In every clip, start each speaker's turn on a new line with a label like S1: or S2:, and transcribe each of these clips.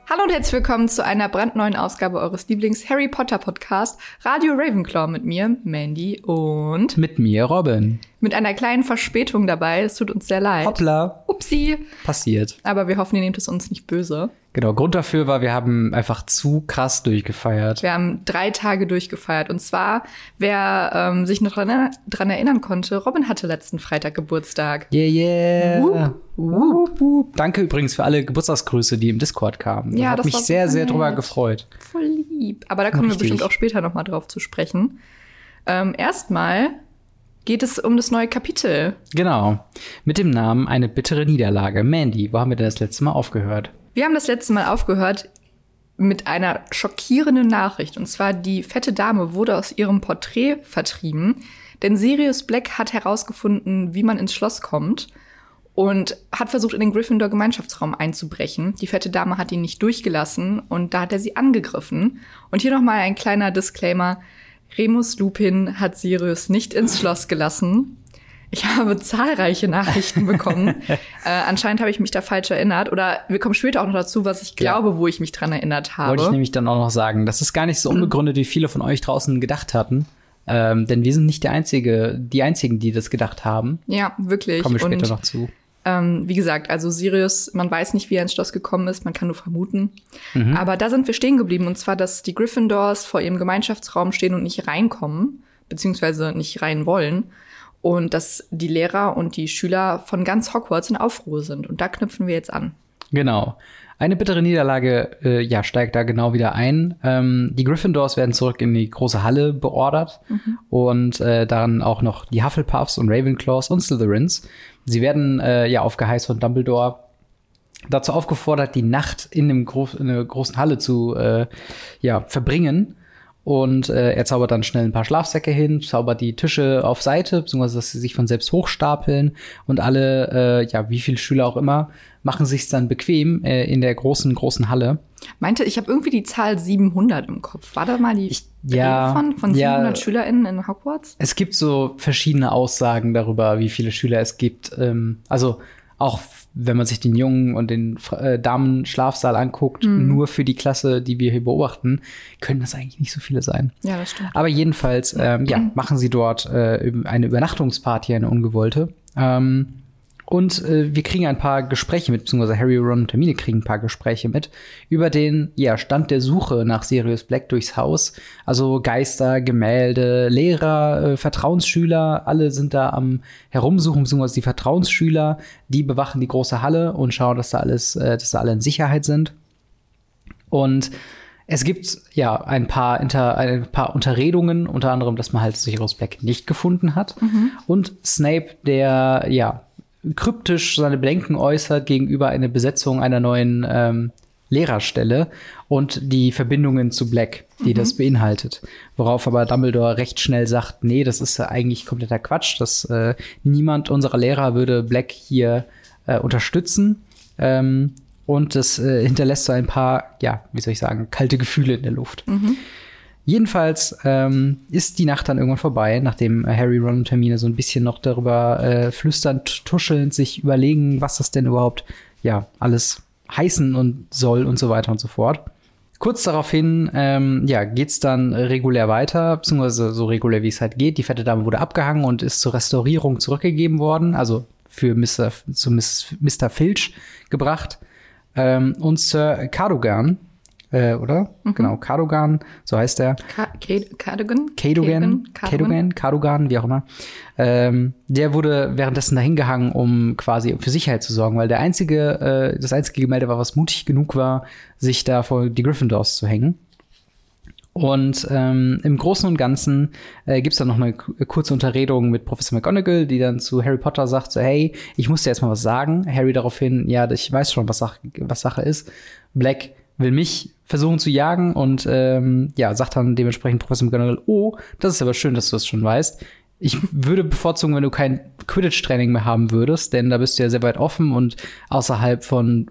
S1: Hallo und herzlich willkommen zu einer brandneuen Ausgabe eures Lieblings-Harry Potter-Podcast Radio Ravenclaw mit mir, Mandy, und
S2: mit mir, Robin.
S1: Mit einer kleinen Verspätung dabei, es tut uns sehr leid.
S2: Hoppla.
S1: Upsi.
S2: Passiert.
S1: Aber wir hoffen, ihr nehmt es uns nicht böse.
S2: Genau, Grund dafür war, wir haben einfach zu krass durchgefeiert.
S1: Wir haben 3 Tage durchgefeiert. Und zwar, wer sich noch dran erinnern konnte, Robin hatte letzten Freitag Geburtstag.
S2: Yeah.
S1: Wup, wup, wup.
S2: Danke übrigens für alle Geburtstagsgrüße, die im Discord kamen.
S1: Ja,
S2: hat
S1: das
S2: mich
S1: war
S2: sehr, sehr
S1: nett.
S2: drüber gefreut.
S1: Voll lieb. Aber da kommen wir bestimmt auch später noch mal drauf zu sprechen. Erstmal geht es um das neue Kapitel.
S2: Genau. Mit dem Namen Eine bittere Niederlage. Mandy, wo haben wir denn das letzte Mal aufgehört?
S1: Wir haben das letzte Mal aufgehört mit einer schockierenden Nachricht. Und zwar, die fette Dame wurde aus ihrem Porträt vertrieben. Denn Sirius Black hat herausgefunden, wie man ins Schloss kommt. Und hat versucht, in den Gryffindor-Gemeinschaftsraum einzubrechen. Die fette Dame hat ihn nicht durchgelassen. Und da hat er sie angegriffen. Und hier noch mal ein kleiner Disclaimer. Remus Lupin hat Sirius nicht ins Schloss gelassen. Ich habe zahlreiche Nachrichten bekommen. Anscheinend habe ich mich da falsch erinnert. Oder wir kommen später auch noch dazu, was ich glaube, wo ich mich dran erinnert habe.
S2: Wollte ich nämlich dann auch noch sagen. Das ist gar nicht so unbegründet, wie viele von euch draußen gedacht hatten. Denn wir sind nicht die Einzigen, die das gedacht haben.
S1: Ja, wirklich.
S2: Kommen wir später noch zu.
S1: Wie gesagt, also Sirius, man weiß nicht, wie er ins Schloss gekommen ist, man kann nur vermuten. Aber da sind wir stehen geblieben. Und zwar, dass die Gryffindors vor ihrem Gemeinschaftsraum stehen und nicht reinkommen, beziehungsweise nicht rein wollen. Und dass die Lehrer und die Schüler von ganz Hogwarts in Aufruhr sind. Und da knüpfen wir jetzt an.
S2: Genau. Eine bittere Niederlage steigt da genau wieder ein. Die Gryffindors werden zurück in die große Halle beordert. Und dann auch noch die Hufflepuffs und Ravenclaws und Slytherins. Sie werden auf Geheiß von Dumbledore dazu aufgefordert, die Nacht in einer großen Halle zu verbringen. Und er zaubert dann schnell ein paar Schlafsäcke hin, zaubert die Tische auf Seite, beziehungsweise dass sie sich von selbst hochstapeln. Und alle, wie viele Schüler auch immer, machen sich dann bequem in der großen Halle.
S1: Ich habe irgendwie die Zahl 700 im Kopf. War da mal die Rede von 700 SchülerInnen in Hogwarts?
S2: Es gibt so verschiedene Aussagen darüber, wie viele Schüler es gibt. Also auch wenn man sich den Jungen und den Damen-Schlafsaal anguckt, nur für die Klasse, die wir hier beobachten, können das eigentlich nicht so viele sein.
S1: Ja, das stimmt.
S2: Aber jedenfalls, machen sie dort eine Übernachtungsparty, eine ungewollte. Und wir kriegen ein paar Gespräche mit, beziehungsweise Harry, Ron und Hermine kriegen ein paar Gespräche mit über den Stand der Suche nach Sirius Black durchs Haus. Also Geister, Gemälde, Lehrer, Vertrauensschüler, alle sind da am Herumsuchen, beziehungsweise die Vertrauensschüler, die bewachen die große Halle und schauen, dass da alle in Sicherheit sind. Und es gibt ein paar Unterredungen, unter anderem, dass man halt Sirius Black nicht gefunden hat. Und Snape, der kryptisch seine Bedenken äußert gegenüber einer Besetzung einer neuen Lehrerstelle und die Verbindungen zu Black, die das beinhaltet. Worauf aber Dumbledore recht schnell sagt, nee, das ist eigentlich kompletter Quatsch, dass niemand unserer Lehrer würde Black hier unterstützen. Und das hinterlässt so ein paar, kalte Gefühle in der Luft. Jedenfalls ist die Nacht dann irgendwann vorbei, nachdem Harry, Ron und Hermine so ein bisschen noch darüber flüsternd, tuschelnd sich überlegen, was das denn überhaupt alles heißen und soll und so weiter und so fort. Kurz daraufhin geht's dann regulär weiter, beziehungsweise so regulär, wie es halt geht. Die fette Dame wurde abgehangen und ist zur Restaurierung zurückgegeben worden, also zu Mr. Filch gebracht. Und Sir Cadogan, oder? Genau, Cadogan, so heißt er. Cadogan, wie auch immer. Der wurde währenddessen dahin gehangen, um quasi für Sicherheit zu sorgen, weil das einzige Gemälde war, was mutig genug war, sich da vor die Gryffindors zu hängen. Und im Großen und Ganzen gibt's dann noch eine kurze Unterredung mit Professor McGonagall, die dann zu Harry Potter sagt, so, hey, ich muss dir jetzt mal was sagen. Harry daraufhin, ich weiß schon, was Sache ist. Black will mich versuchen zu jagen und sagt dann dementsprechend Professor McGonagall, oh, das ist aber schön, dass du das schon weißt. Ich würde bevorzugen, wenn du kein Quidditch-Training mehr haben würdest, denn da bist du ja sehr weit offen und außerhalb von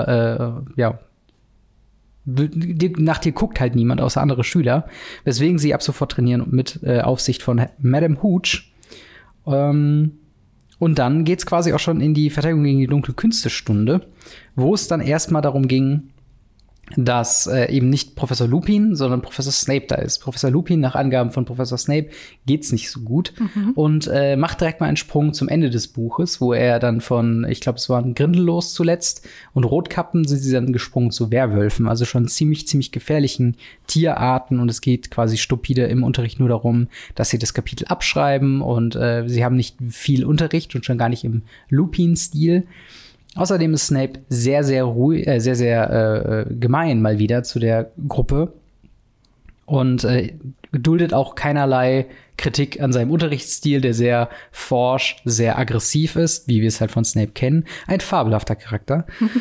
S2: nach dir guckt halt niemand außer andere Schüler, weswegen sie ab sofort trainieren mit Aufsicht von Madame Hooch. Und dann geht's quasi auch schon in die Verteidigung gegen die dunkle Künste-Stunde, wo es dann erstmal darum ging, dass eben nicht Professor Lupin, sondern Professor Snape da ist. Professor Lupin, nach Angaben von Professor Snape, geht's nicht so gut und macht direkt mal einen Sprung zum Ende des Buches, wo er dann von, ich glaube, es waren Grindelos zuletzt und Rotkappen sind sie dann gesprungen zu Werwölfen, also schon ziemlich gefährlichen Tierarten und es geht quasi stupide im Unterricht nur darum, dass sie das Kapitel abschreiben und sie haben nicht viel Unterricht und schon gar nicht im Lupin-Stil. Außerdem ist Snape sehr ruhig, sehr gemein mal wieder zu der Gruppe und duldet auch keinerlei Kritik an seinem Unterrichtsstil, der sehr forsch, sehr aggressiv ist, wie wir es halt von Snape kennen. Ein fabelhafter Charakter.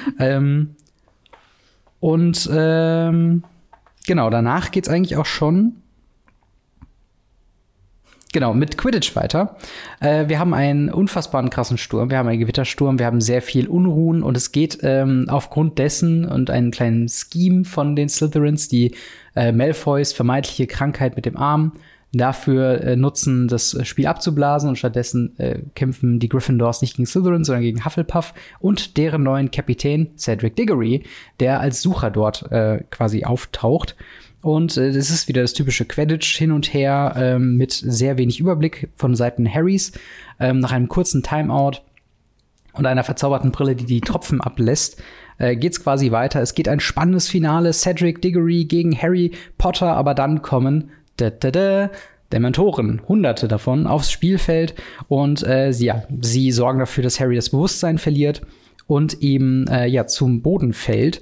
S2: Genau, danach geht's eigentlich auch schon mit Quidditch weiter. Wir haben einen unfassbaren krassen Sturm. Wir haben einen Gewittersturm. Wir haben sehr viel Unruhen. Und es geht aufgrund dessen und einen kleinen Scheme von den Slytherins, die Malfoys vermeintliche Krankheit mit dem Arm dafür nutzen, das Spiel abzublasen. Und stattdessen kämpfen die Gryffindors nicht gegen Slytherin, sondern gegen Hufflepuff und deren neuen Kapitän Cedric Diggory, der als Sucher dort quasi auftaucht. Und es ist wieder das typische Quidditch hin und her mit sehr wenig Überblick von Seiten Harrys. Nach einem kurzen Timeout und einer verzauberten Brille, die die Tropfen ablässt, geht's quasi weiter. Es geht ein spannendes Finale. Cedric Diggory gegen Harry Potter, aber dann kommen Dementoren, Hunderte davon, aufs Spielfeld. Und sie sorgen dafür, dass Harry das Bewusstsein verliert und eben zum Boden fällt.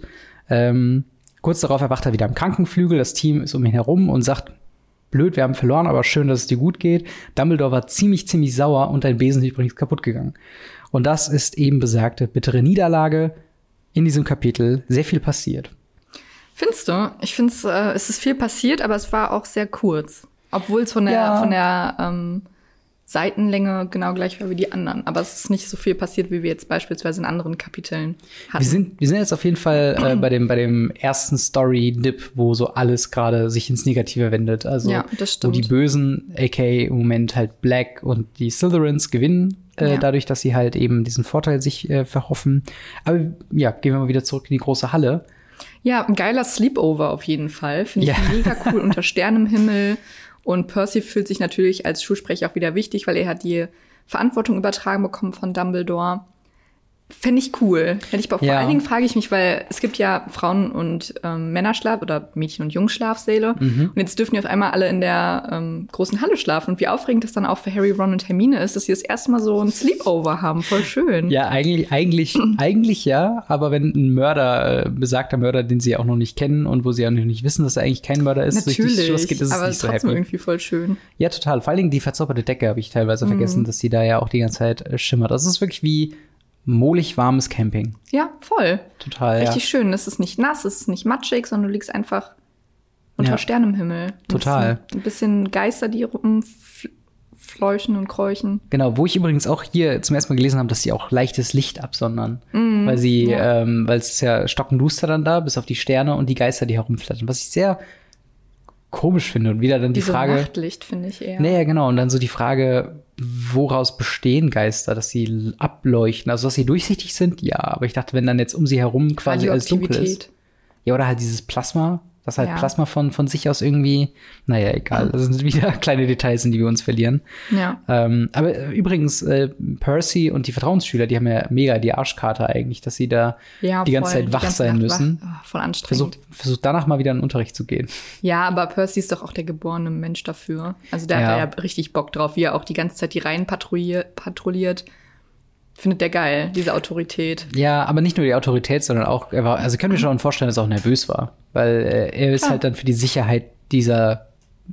S2: Kurz darauf erwacht er wieder am Krankenflügel. Das Team ist um ihn herum und sagt, blöd, wir haben verloren, aber schön, dass es dir gut geht. Dumbledore war ziemlich sauer und dein Besen ist übrigens kaputt gegangen. Und das ist eben besagte bittere Niederlage in diesem Kapitel. Sehr viel passiert.
S1: Findest du? Ich finde, es ist viel passiert, aber es war auch sehr kurz. Obwohl es von der Seitenlänge genau gleich war wie die anderen. Aber es ist nicht so viel passiert, wie wir jetzt beispielsweise in anderen Kapiteln hatten.
S2: Wir sind jetzt auf jeden Fall bei dem ersten Story-Dip, wo so alles gerade sich ins Negative wendet. Also
S1: das stimmt.
S2: Wo die Bösen, aka im Moment halt Black und die Slytherins gewinnen, dadurch, dass sie halt eben diesen Vorteil sich verhoffen. Aber ja, gehen wir mal wieder zurück in die große Halle.
S1: Ja, ein geiler Sleepover auf jeden Fall. Finde ich mega cool unter Sternenhimmel. Und Percy fühlt sich natürlich als Schulsprecher auch wieder wichtig, weil er hat die Verantwortung übertragen bekommen von Dumbledore. Fände ich cool. Vor allen Dingen frage ich mich, weil es gibt ja Frauen- und Männerschlaf- oder Mädchen- und Jungschlafsäle. Und jetzt dürfen die auf einmal alle in der großen Halle schlafen. Und wie aufregend das dann auch für Harry, Ron und Hermine ist, dass sie das erste Mal so ein Sleepover haben. Voll schön.
S2: Ja, eigentlich ja. Aber wenn ein besagter Mörder, den sie auch noch nicht kennen und wo sie auch noch nicht wissen, dass er eigentlich kein Mörder ist,
S1: natürlich,
S2: durch die Schloss geht, ist es
S1: aber
S2: nicht so
S1: trotzdem
S2: happy.
S1: Irgendwie voll schön.
S2: Ja, total. Vor allen Dingen die verzauberte Decke habe ich teilweise vergessen, dass sie da ja auch die ganze Zeit schimmert. Das ist wirklich wie mohlig warmes Camping.
S1: Ja, voll.
S2: Total,
S1: richtig schön. Es ist nicht nass, es ist nicht matschig, sondern du liegst einfach unter Sternehimmel.
S2: Total.
S1: Ein bisschen Geister, die rumfleuchen und kräuchen.
S2: Genau, wo ich übrigens auch hier zum ersten Mal gelesen habe, dass sie auch leichtes Licht absondern. Weil weil es ist ja stockenduster dann da, bis auf die Sterne und die Geister, die herumflattern. Was ich sehr komisch finde. Und wieder dann die Frage.
S1: Nachtlicht, finde ich eher.
S2: Naja, genau. Und dann so die Frage, woraus bestehen Geister, dass sie ableuchten? Also, dass sie durchsichtig sind? Ja. Aber ich dachte, wenn dann jetzt um sie herum quasi alles dunkel ist. Ja, oder halt dieses Plasma. Das halt Plasma von sich aus irgendwie, naja, egal. Das sind wieder kleine Details, in die wir uns verlieren.
S1: Ja.
S2: Aber übrigens, Percy und die Vertrauensschüler, die haben ja mega die Arschkarte eigentlich, dass sie da die ganze Zeit wach sein müssen.
S1: Voll anstrengend.
S2: Versucht danach mal wieder in den Unterricht zu gehen.
S1: Ja, aber Percy ist doch auch der geborene Mensch dafür. Also der hat da ja richtig Bock drauf, wie er auch die ganze Zeit die Reihen patrouilliert. Findet der geil, diese Autorität. Ja,
S2: aber nicht nur die Autorität, sondern auch, ich kann mir schon vorstellen, dass er auch nervös war. Weil er ist halt dann für die Sicherheit dieser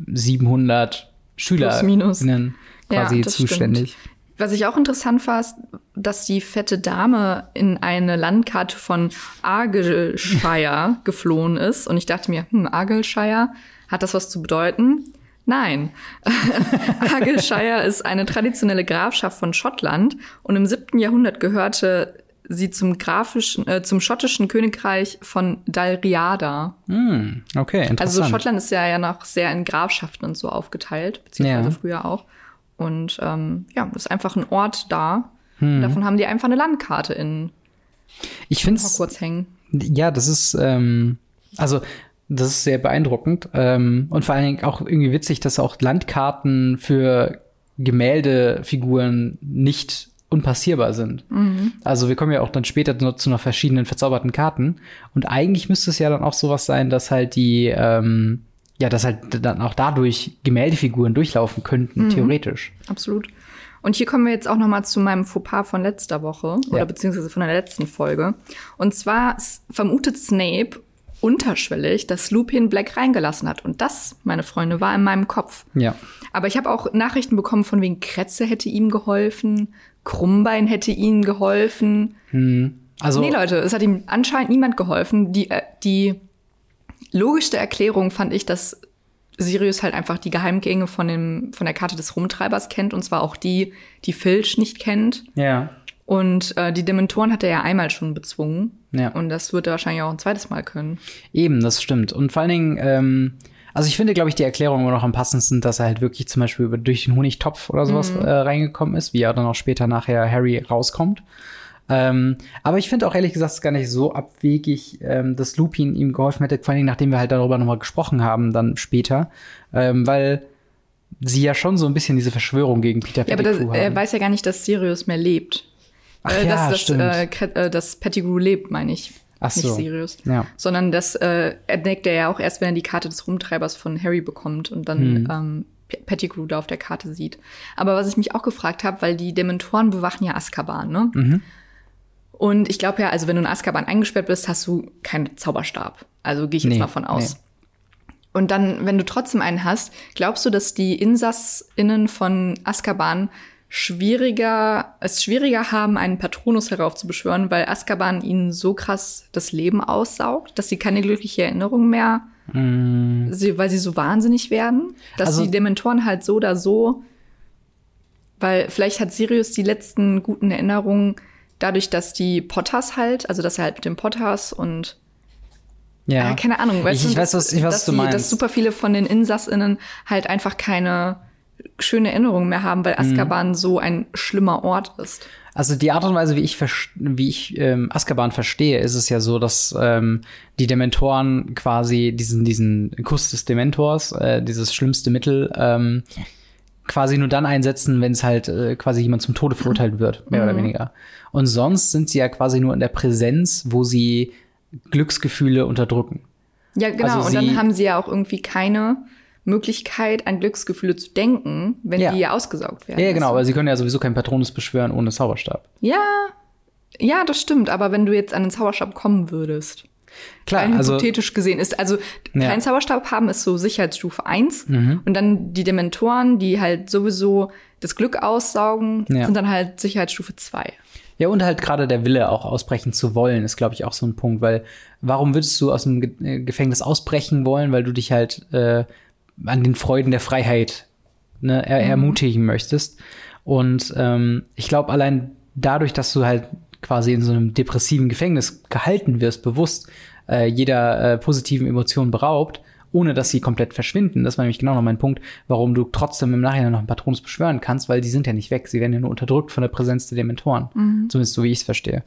S2: 700 SchülerInnen quasi zuständig.
S1: Stimmt. Was ich auch interessant war, ist, dass die fette Dame in eine Landkarte von Argyllshire geflohen ist. Und ich dachte mir, Argyllshire, hat das was zu bedeuten? Nein. Argyllshire ist eine traditionelle Grafschaft von Schottland und im 7. Jahrhundert gehörte sie zum schottischen Königreich von Dalriada.
S2: Okay, interessant.
S1: Also Schottland ist ja noch sehr in Grafschaften und so aufgeteilt, beziehungsweise früher auch. Und das ist einfach ein Ort da. Davon haben die einfach eine Landkarte in
S2: Hogwarts
S1: hängen.
S2: Ja, das ist Also, das ist sehr beeindruckend. Und vor allen Dingen auch irgendwie witzig, dass auch Landkarten für Gemäldefiguren nicht unpassierbar sind. Also wir kommen ja auch dann später noch zu noch verschiedenen verzauberten Karten. Und eigentlich müsste es ja dann auch sowas sein, dass halt dass halt dann auch dadurch Gemäldefiguren durchlaufen könnten, theoretisch.
S1: Absolut. Und hier kommen wir jetzt auch noch mal zu meinem Fauxpas von letzter Woche oder beziehungsweise von der letzten Folge. Und zwar vermutet Snape unterschwellig, dass Lupin Black reingelassen hat. Und das, meine Freunde, war in meinem Kopf.
S2: Ja.
S1: Aber ich habe auch Nachrichten bekommen, von wegen Kretze hätte ihm geholfen, Krummbein hätte ihm geholfen.
S2: Also,
S1: nee, Leute, es hat ihm anscheinend niemand geholfen. Die logischste Erklärung fand ich, dass Sirius halt einfach die Geheimgänge von der Karte des Rumtreibers kennt. Und zwar auch die Filch nicht kennt.
S2: Ja.
S1: Und die Dementoren hat er ja einmal schon bezwungen.
S2: Ja.
S1: Und das wird er wahrscheinlich auch ein zweites Mal können.
S2: Eben, das stimmt. Und vor allen Dingen, also ich finde, glaube ich, die Erklärung immer noch am passendsten, dass er halt wirklich zum Beispiel durch den Honigtopf oder sowas reingekommen ist, wie er dann auch später nachher Harry rauskommt. Aber ich finde auch ehrlich gesagt, es ist gar nicht so abwegig, dass Lupin ihm geholfen hätte, vor allem nachdem wir halt darüber nochmal gesprochen haben, dann später, weil sie ja schon so ein bisschen diese Verschwörung gegen Peter Pettigrew haben.
S1: Er weiß ja gar nicht, dass Sirius mehr lebt.
S2: Ach ja, stimmt.
S1: Dass Pettigrew lebt, meine ich.
S2: Ach so.
S1: Nicht Sirius.
S2: Ja.
S1: Sondern das entdeckt er ja auch erst, wenn er die Karte des Rumtreibers von Harry bekommt und dann Pettigrew da auf der Karte sieht. Aber was ich mich auch gefragt habe, weil die Dementoren bewachen ja Azkaban, ne? Und ich glaube ja, also wenn du in Azkaban eingesperrt bist, hast du keinen Zauberstab. Also gehe ich jetzt mal von aus. Und dann, wenn du trotzdem einen hast, glaubst du, dass die InsassInnen von Azkaban es schwieriger haben, einen Patronus heraufzubeschwören, weil Azkaban ihnen so krass das Leben aussaugt, dass sie keine glückliche Erinnerung mehr, weil sie so wahnsinnig werden, dass
S2: also,
S1: die Dementoren halt so oder so, weil vielleicht hat Sirius die letzten guten Erinnerungen dadurch, dass die Potters halt, also dass er halt mit den Potters und keine Ahnung,
S2: ich weiß, was du meinst.
S1: Dass super viele von den InsassInnen halt einfach keine schöne Erinnerungen mehr haben, weil Azkaban so ein schlimmer Ort ist.
S2: Also die Art und Weise, wie ich Azkaban verstehe, ist es ja so, dass die Dementoren quasi diesen Kuss des Dementors, dieses schlimmste Mittel, quasi nur dann einsetzen, wenn es halt quasi jemand zum Tode verurteilt wird, mehr oder weniger. Und sonst sind sie ja quasi nur in der Präsenz, wo sie Glücksgefühle unterdrücken.
S1: Ja, genau.
S2: Also
S1: und dann haben sie ja auch irgendwie keine Möglichkeit, an Glücksgefühle zu denken, wenn die ja ausgesaugt werden.
S2: Ja, genau, weil sie können ja sowieso keinen Patronus beschwören ohne Zauberstab.
S1: Ja, das stimmt. Aber wenn du jetzt an den Zauberstab kommen würdest,
S2: klar,
S1: hypothetisch gesehen ist, also keinen Zauberstab haben ist so Sicherheitsstufe 1 und dann die Dementoren, die halt sowieso das Glück aussaugen, sind dann halt Sicherheitsstufe 2.
S2: Ja, und halt gerade der Wille auch ausbrechen zu wollen, ist, glaube ich, auch so ein Punkt, weil warum würdest du aus dem Gefängnis ausbrechen wollen, weil du dich halt an den Freuden der Freiheit ermutigen möchtest. Und ich glaube, allein dadurch, dass du halt quasi in so einem depressiven Gefängnis gehalten wirst, bewusst jeder positiven Emotion beraubt, ohne dass sie komplett verschwinden. Das war nämlich genau noch mein Punkt, warum du trotzdem im Nachhinein noch einen Patronus beschwören kannst, weil die sind ja nicht weg. Sie werden ja nur unterdrückt von der Präsenz der Dementoren. Zumindest so, wie ich es verstehe.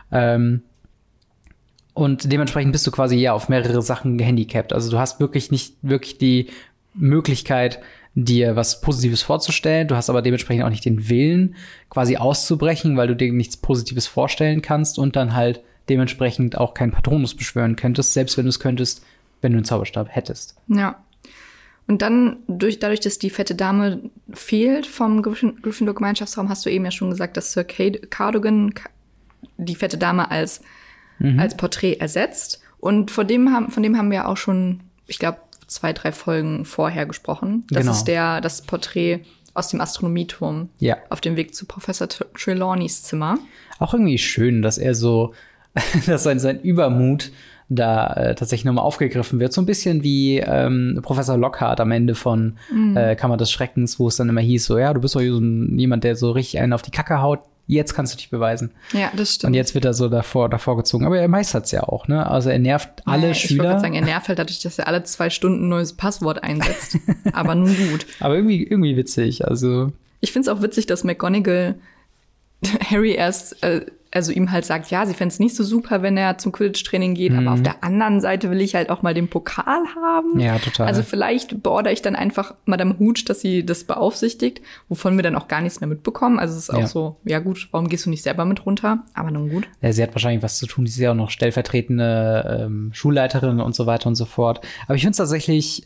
S2: Und dementsprechend bist du quasi auf mehrere Sachen gehandicapt. Also du hast nicht wirklich die Möglichkeit, dir was Positives vorzustellen. Du hast aber dementsprechend auch nicht den Willen, quasi auszubrechen, weil du dir nichts Positives vorstellen kannst und dann halt dementsprechend auch keinen Patronus beschwören könntest, selbst wenn du es könntest, wenn du einen Zauberstab hättest.
S1: Ja. Und dann, dadurch, dass die fette Dame fehlt vom Gryffindor-Gemeinschaftsraum, hast du eben ja schon gesagt, dass Sir Cardogan die fette Dame als Porträt ersetzt. Und von dem haben wir auch schon, ich glaube, 2-3 Folgen vorher gesprochen. Das ist das Porträt aus dem Astronomieturm auf dem Weg zu Professor Trelawneys Zimmer.
S2: Auch irgendwie schön, dass er so, dass sein Übermut da tatsächlich nochmal aufgegriffen wird. So ein bisschen wie Professor Lockhart am Ende von Kammer des Schreckens, wo es dann immer hieß, so, ja, du bist doch jemand, der so richtig einen auf die Kacke haut. Jetzt kannst du dich beweisen. Ja, das stimmt. Und jetzt wird er so davor gezogen. Aber er meistert es ja auch, ne? Also er nervt alle Schüler. Ich wollte sagen,
S1: er nervt halt dadurch, dass er alle 2 Stunden ein neues Passwort einsetzt. Aber nun gut.
S2: Aber irgendwie witzig, also.
S1: Ich finde es auch witzig, dass McGonagall Harry erst also ihm halt sagt, ja, sie fände es nicht so super, wenn er zum Quidditch-Training geht, aber auf der anderen Seite will ich halt auch mal den Pokal haben.
S2: Ja, total.
S1: Also vielleicht beordere ich dann einfach Madame Hooch, dass sie das beaufsichtigt, wovon wir dann auch gar nichts mehr mitbekommen. Also es ist auch so, ja gut, warum gehst du nicht selber mit runter? Aber nun gut.
S2: Ja, sie hat wahrscheinlich was zu tun. Sie ist ja auch noch stellvertretende Schulleiterin und so weiter und so fort. Aber ich finde es tatsächlich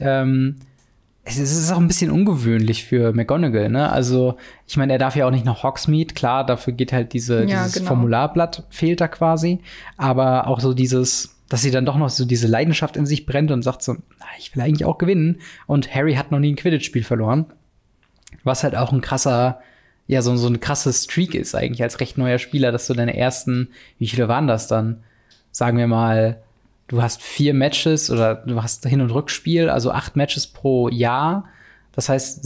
S2: es ist auch ein bisschen ungewöhnlich für McGonagall, ne? Also, ich meine, er darf ja auch nicht nach Hogsmeade. Klar, dafür geht halt dieses Formularblatt fehlt da quasi. Aber auch so dass sie dann doch noch so diese Leidenschaft in sich brennt und sagt so, ich will eigentlich auch gewinnen. Und Harry hat noch nie ein Quidditch-Spiel verloren. Was halt auch ein krasser, ja, so eine krasse Streak ist eigentlich als recht neuer Spieler, dass du deine ersten, wie viele waren das dann? Sagen wir mal, du hast 4 Matches oder du hast Hin- und Rückspiel, also 8 Matches pro Jahr. Das heißt,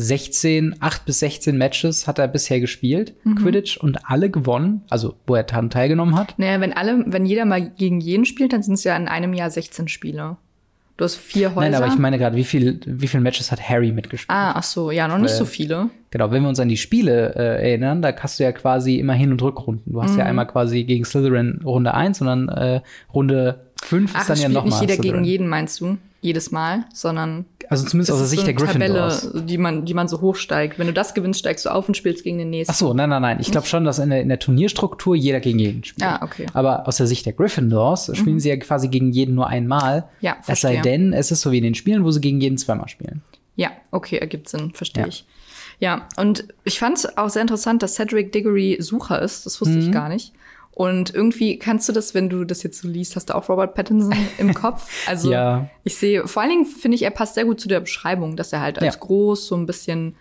S2: 8 bis 16 Matches hat er bisher gespielt, Quidditch, und alle gewonnen, also wo er daran teilgenommen hat.
S1: Naja, wenn jeder mal gegen jeden spielt, dann sind es ja in einem Jahr 16 Spiele. Du hast 4 Häuser.
S2: Nein, aber ich meine gerade, wie viele Matches hat Harry mitgespielt?
S1: Ach so, ja, noch nicht so viele.
S2: Genau, wenn wir uns an die Spiele erinnern, da hast du ja quasi immer Hin- und Rückrunden. Du hast ja einmal quasi gegen Slytherin Runde 1 und dann Runde 5 ist dann ja nochmal.
S1: Nicht jeder gegen jeden, meinst du? Jedes Mal, sondern
S2: also zumindest aus der Sicht der Gryffindors.
S1: Tabelle, die man so hochsteigt. Wenn du das gewinnst, steigst du auf und spielst gegen den nächsten.
S2: Ach so, nein. Ich glaube schon, dass in der Turnierstruktur jeder gegen jeden spielt.
S1: Ah, okay.
S2: Aber aus der Sicht der Gryffindors spielen sie ja quasi gegen jeden nur einmal.
S1: Ja,
S2: es sei denn, es ist so wie in den Spielen, wo sie gegen jeden zweimal spielen.
S1: Ja, okay, ergibt Sinn, verstehe ich. Ja, und ich fand es auch sehr interessant, dass Cedric Diggory Sucher ist. Das wusste ich gar nicht. Und irgendwie kannst du das, wenn du das jetzt so liest, hast du auch Robert Pattinson im Kopf. Also ich sehe, vor allen Dingen finde ich, er passt sehr gut zu der Beschreibung, dass er halt als groß, so ein bisschen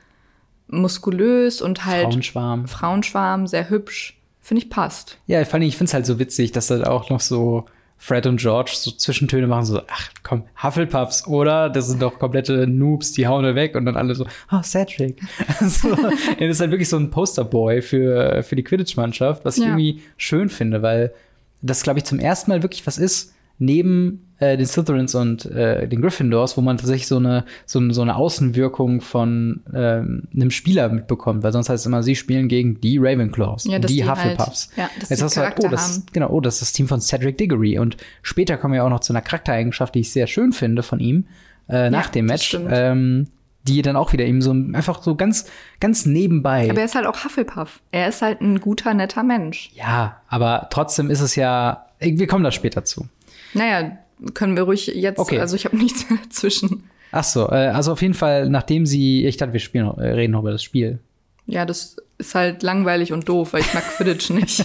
S1: muskulös und halt Frauenschwarm, sehr hübsch, finde ich, passt.
S2: Ja, vor allem, ich finde es halt so witzig, dass er auch noch so Fred und George so Zwischentöne machen, so, ach komm, Hufflepuffs, oder? Das sind doch komplette Noobs, die hauen da weg und dann alle so, Cedric. Also, das ist halt wirklich so ein Posterboy für die Quidditch-Mannschaft, was ich irgendwie schön finde, weil das, glaube ich, zum ersten Mal wirklich was ist, neben den Slytherins und den Gryffindors, wo man tatsächlich so eine Außenwirkung von einem Spieler mitbekommt, weil sonst heißt es immer, sie spielen gegen die Ravenclaws, die Hufflepuffs.
S1: Halt, dass
S2: jetzt hast du halt, das ist das Team von Cedric Diggory. Und später kommen wir auch noch zu einer Charaktereigenschaft, die ich sehr schön finde von ihm, nach dem Match. Die dann auch wieder ihm so einfach so ganz, ganz nebenbei.
S1: Aber er ist halt auch Hufflepuff. Er ist halt ein guter, netter Mensch.
S2: Ja, aber trotzdem ist es ja, wir kommen da später zu.
S1: Naja, können wir ruhig jetzt, also ich habe nichts mehr dazwischen.
S2: Ach so, also auf jeden Fall, nachdem ich dachte, wir reden noch über das Spiel.
S1: Ja, das ist halt langweilig und doof, weil ich mag Quidditch nicht.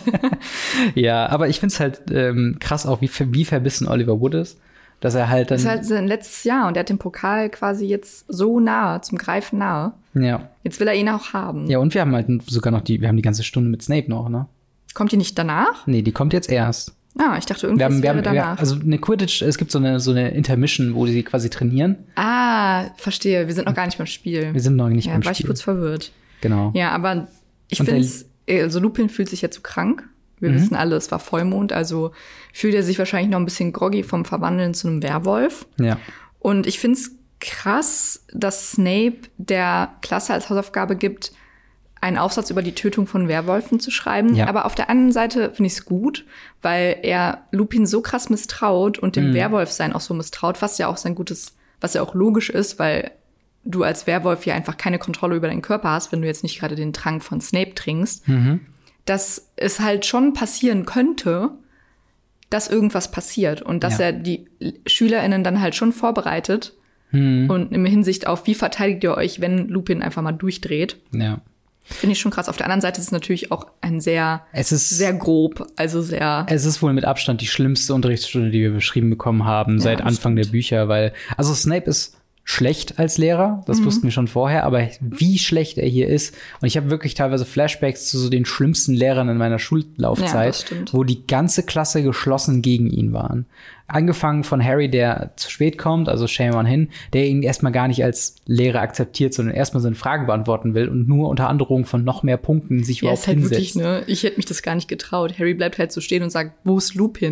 S2: Ja, aber ich find's halt krass auch, wie verbissen Oliver Wood ist. Dass er halt dann.
S1: Das ist halt sein letztes Jahr und er hat den Pokal quasi jetzt so nahe, zum Greifen nahe.
S2: Ja.
S1: Jetzt will er ihn auch haben.
S2: Ja, und wir haben halt sogar noch wir haben die ganze Stunde mit Snape noch, ne?
S1: Kommt die nicht danach?
S2: Nee, die kommt jetzt erst.
S1: Ah, ich dachte irgendwie wäre danach.
S2: Also eine Quidditch, es gibt so eine Intermission, wo sie quasi trainieren.
S1: Ah, verstehe. Wir sind noch gar nicht beim Spiel.
S2: Wir sind noch nicht beim Spiel.
S1: War ich kurz verwirrt.
S2: Genau.
S1: Ja, aber ich finde also Lupin fühlt sich jetzt so krank. Wir wissen alle, es war Vollmond, also fühlt er sich wahrscheinlich noch ein bisschen groggy vom Verwandeln zu einem Werwolf.
S2: Ja.
S1: Und ich finde es krass, dass Snape der Klasse als Hausaufgabe gibt, einen Aufsatz über die Tötung von Werwölfen zu schreiben. Ja. Aber auf der anderen Seite finde ich es gut, weil er Lupin so krass misstraut und dem Werwolfsein auch so misstraut, was ja auch logisch ist, weil du als Werwolf ja einfach keine Kontrolle über deinen Körper hast, wenn du jetzt nicht gerade den Trank von Snape trinkst. Dass es halt schon passieren könnte, dass irgendwas passiert und dass er die SchülerInnen dann halt schon vorbereitet und in Hinsicht auf, wie verteidigt ihr euch, wenn Lupin einfach mal durchdreht.
S2: Ja.
S1: Finde ich schon krass. Auf der anderen Seite ist es natürlich auch sehr grob, also sehr.
S2: Es ist wohl mit Abstand die schlimmste Unterrichtsstunde, die wir beschrieben bekommen haben seit Anfang der Bücher, weil, also Snape ist schlecht als Lehrer, das wussten wir schon vorher, aber wie schlecht er hier ist. Und ich habe wirklich teilweise Flashbacks zu so den schlimmsten Lehrern in meiner Schullaufzeit, wo die ganze Klasse geschlossen gegen ihn waren. Angefangen von Harry, der zu spät kommt, also shame on him, der ihn erstmal gar nicht als Lehrer akzeptiert, sondern erstmal seine Fragen beantworten will und nur unter Androhung von noch mehr Punkten sich überhaupt
S1: ist halt
S2: hinsetzt.
S1: Wirklich, ne? Ich hätte mich das gar nicht getraut. Harry bleibt halt so stehen und sagt, wo ist Lupin?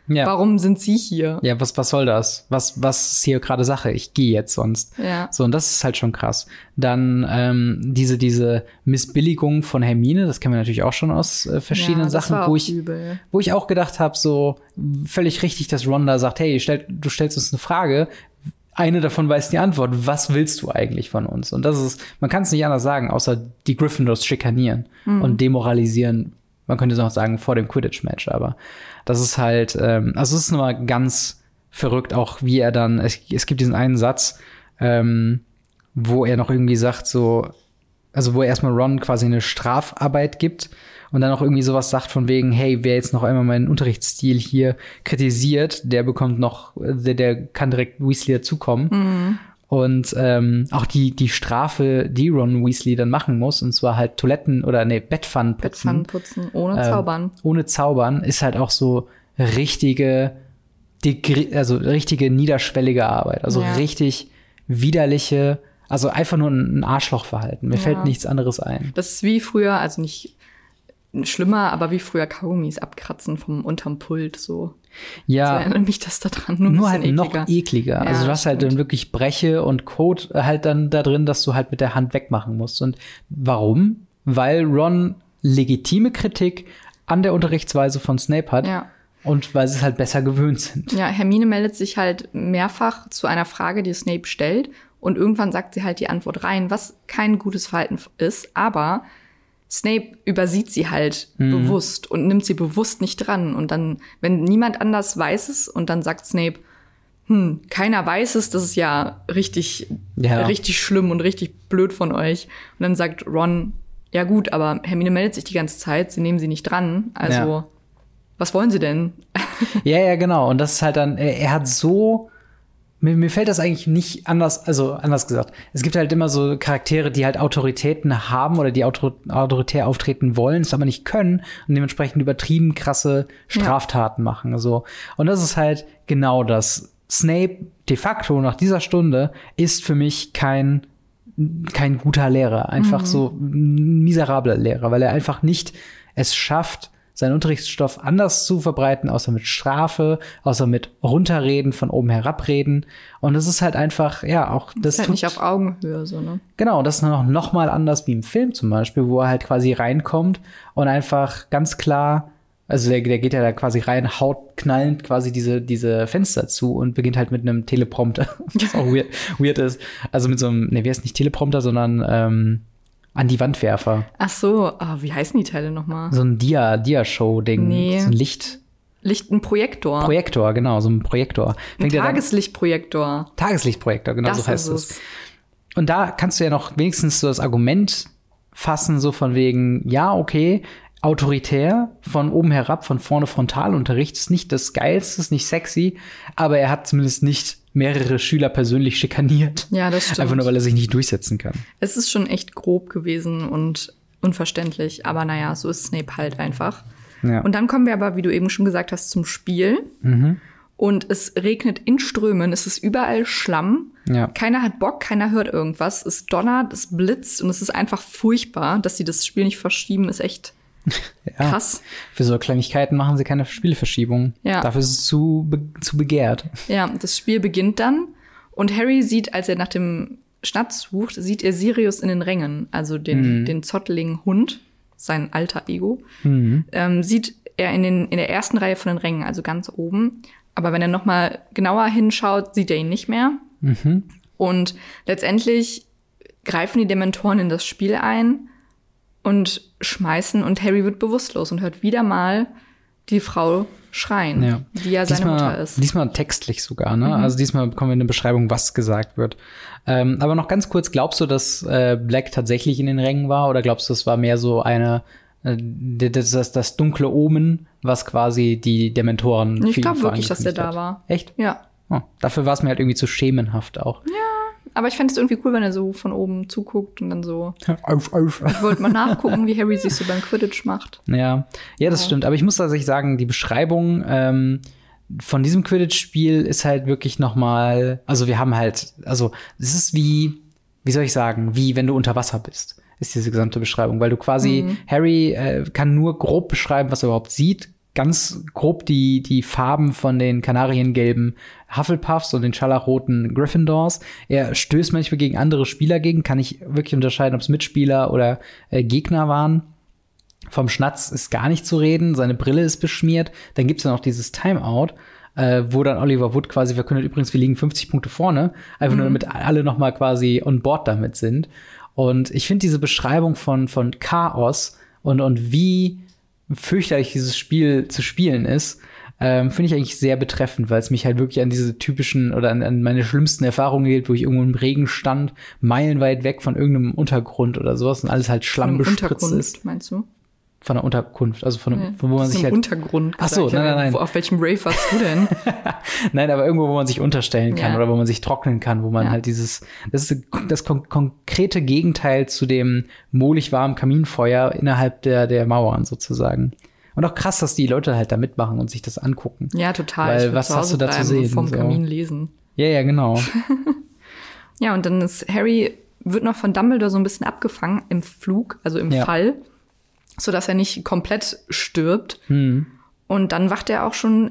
S2: Ja.
S1: Warum sind sie hier?
S2: Ja, was soll das? Was ist hier gerade Sache? Ich gehe jetzt sonst.
S1: Ja.
S2: So, und das ist halt schon krass. Dann diese Missbilligung von Hermine, das kennen wir natürlich auch schon aus verschiedenen Sachen,
S1: war auch übel.
S2: wo ich auch gedacht habe, so völlig richtig, dass Ron da sagt, hey, du stellst uns eine Frage, eine davon weiß die Antwort. Was willst du eigentlich von uns? Und das ist, man kann es nicht anders sagen, außer die Gryffindors schikanieren und demoralisieren. Man könnte es auch sagen, vor dem Quidditch-Match, aber das ist halt, also es ist nochmal ganz verrückt, auch wie er dann, es gibt diesen einen Satz, wo er noch irgendwie sagt, so, also wo er erstmal Ron quasi eine Strafarbeit gibt und dann auch irgendwie sowas sagt von wegen, hey, wer jetzt noch einmal meinen Unterrichtsstil hier kritisiert, der bekommt noch, der kann direkt Weasley dazukommen. Und auch die Strafe, die Ron Weasley dann machen muss, und zwar halt Bettpfannen
S1: putzen, ohne Zaubern.
S2: Ohne Zaubern ist halt auch so richtige niederschwellige Arbeit. Also richtig widerliche, also einfach nur ein Arschlochverhalten. Mir fällt nichts anderes ein.
S1: Das ist wie früher, also nicht schlimmer, aber wie früher Kaugummis abkratzen vom unterm Pult so.
S2: Ja.
S1: So erinnert mich das da dran.
S2: Nur halt ekliger. Noch ekliger. Ja, also du hast halt dann wirklich Breche und Code halt dann da drin, dass du halt mit der Hand wegmachen musst. Und warum? Weil Ron legitime Kritik an der Unterrichtsweise von Snape hat.
S1: Ja.
S2: Und weil sie es halt besser gewöhnt sind.
S1: Ja, Hermine meldet sich halt mehrfach zu einer Frage, die Snape stellt. Und irgendwann sagt sie halt die Antwort rein, was kein gutes Verhalten ist. Aber Snape übersieht sie halt bewusst und nimmt sie bewusst nicht dran. Und dann, wenn niemand anders weiß es, und dann sagt Snape, keiner weiß es, das ist ja richtig schlimm und richtig blöd von euch. Und dann sagt Ron, ja gut, aber Hermine meldet sich die ganze Zeit, sie nehmen sie nicht dran. Also, was wollen sie denn?
S2: Ja, genau. Und das ist halt dann, er hat so, mir fällt das eigentlich nicht anders gesagt. Es gibt halt immer so Charaktere, die halt Autoritäten haben oder die autoritär auftreten wollen, es aber nicht können und dementsprechend übertrieben krasse Straftaten machen. So. Und das ist halt genau das. Snape de facto nach dieser Stunde ist für mich kein guter Lehrer. Einfach so ein miserabler Lehrer, weil er einfach nicht es schafft, seinen Unterrichtsstoff anders zu verbreiten, außer mit Strafe, außer mit Runterreden, von oben herabreden. Und das ist halt einfach, auch
S1: das ist halt nicht auf Augenhöhe, so, ne? Genau,
S2: das ist noch mal anders wie im Film zum Beispiel, wo er halt quasi reinkommt und einfach ganz klar, also der geht ja da quasi rein, haut knallend quasi diese Fenster zu und beginnt halt mit einem Teleprompter, was auch weird ist. Also mit so einem, wie heißt nicht Teleprompter, sondern an die Wandwerfer.
S1: Ach so, wie heißen die Teile nochmal?
S2: So ein Dia-Show-Ding. Nee. So ein
S1: Ein Projektor.
S2: Projektor, genau, so ein Projektor.
S1: Ein Tageslichtprojektor.
S2: Tageslichtprojektor, genau, so heißt es. Und da kannst du ja noch wenigstens so das Argument fassen, so von wegen, ja, okay, autoritär, von oben herab, von vorne Frontalunterricht, ist nicht das Geilste, ist nicht sexy, aber er hat zumindest nicht mehrere Schüler persönlich schikaniert.
S1: Ja, das stimmt.
S2: Einfach nur, weil er sich nicht durchsetzen kann.
S1: Es ist schon echt grob gewesen und unverständlich, aber naja, so ist Snape halt einfach. Ja. Und dann kommen wir aber, wie du eben schon gesagt hast, zum Spiel. Und es regnet in Strömen, es ist überall Schlamm. Ja. Keiner hat Bock, keiner hört irgendwas. Es donnert, es blitzt und es ist einfach furchtbar, dass sie das Spiel nicht verschieben, ist echt krass.
S2: Für so Kleinigkeiten machen sie keine Spielverschiebung. Ja. Dafür ist es zu begehrt.
S1: Ja, das Spiel beginnt dann und Harry sieht, als er nach dem Schnatz sucht, sieht er Sirius in den Rängen, also den zotteligen Hund, sein alter Ego, sieht er in der ersten Reihe von den Rängen, also ganz oben. Aber wenn er noch mal genauer hinschaut, sieht er ihn nicht mehr. Und letztendlich greifen die Dementoren in das Spiel ein und schmeißen, und Harry wird bewusstlos und hört wieder mal die Frau schreien, die ja seine Mutter ist.
S2: Diesmal textlich sogar, ne? Also diesmal bekommen wir eine Beschreibung, was gesagt wird. Aber noch ganz kurz, glaubst du, dass Black tatsächlich in den Rängen war, oder glaubst du, es war mehr so das dunkle Omen, was quasi die Dementoren
S1: Ich glaube wirklich, dass der da war.
S2: Echt?
S1: Ja.
S2: Oh, dafür war es mir halt irgendwie zu schemenhaft auch.
S1: Ja. Aber ich fände es irgendwie cool, wenn er so von oben zuguckt und dann so. Ich wollte mal nachgucken, wie Harry sich so beim Quidditch macht.
S2: Ja, das stimmt. Aber ich muss tatsächlich sagen, die Beschreibung von diesem Quidditch-Spiel ist halt wirklich noch mal, also wir haben halt, also es ist wie soll ich sagen, wie wenn du unter Wasser bist, ist diese gesamte Beschreibung. Weil du quasi, Harry kann nur grob beschreiben, was er überhaupt sieht, ganz grob die Farben von den kanariengelben Hufflepuffs und den scharlachroten Gryffindors. Er stößt manchmal gegen andere Spieler kann ich wirklich unterscheiden, ob es Mitspieler oder Gegner waren. Vom Schnatz ist gar nicht zu reden, seine Brille ist beschmiert. Dann gibt's dann auch dieses Timeout, wo dann Oliver Wood quasi verkündet, übrigens, wir liegen 50 Punkte vorne, einfach nur damit alle noch mal quasi on board damit sind. Und ich finde diese Beschreibung von Chaos und wie fürchterlich dieses Spiel zu spielen ist, finde ich eigentlich sehr betreffend, weil es mich halt wirklich an diese typischen oder an meine schlimmsten Erfahrungen geht, wo ich irgendwo im Regen stand, meilenweit weg von irgendeinem Untergrund oder sowas und alles halt schlammbespritzt ist.
S1: Meinst du?
S2: Von der Unterkunft, also von wo man sich halt
S1: Untergrund.
S2: Ach so, nein.
S1: Auf welchem Rave warst du denn?
S2: Nein, aber irgendwo, wo man sich unterstellen kann oder wo man sich trocknen kann, wo man halt das ist das konkrete Gegenteil zu dem mohlig warmen Kaminfeuer innerhalb der Mauern sozusagen. Und auch krass, dass die Leute halt da mitmachen und sich das angucken.
S1: Ja, total.
S2: Weil was hast du da zu sehen?
S1: Vom Kamin lesen.
S2: Ja, genau.
S1: Ja, und dann ist Harry wird noch von Dumbledore so ein bisschen abgefangen im Flug, also im Fall, sodass er nicht komplett stirbt. Und dann wacht er auch schon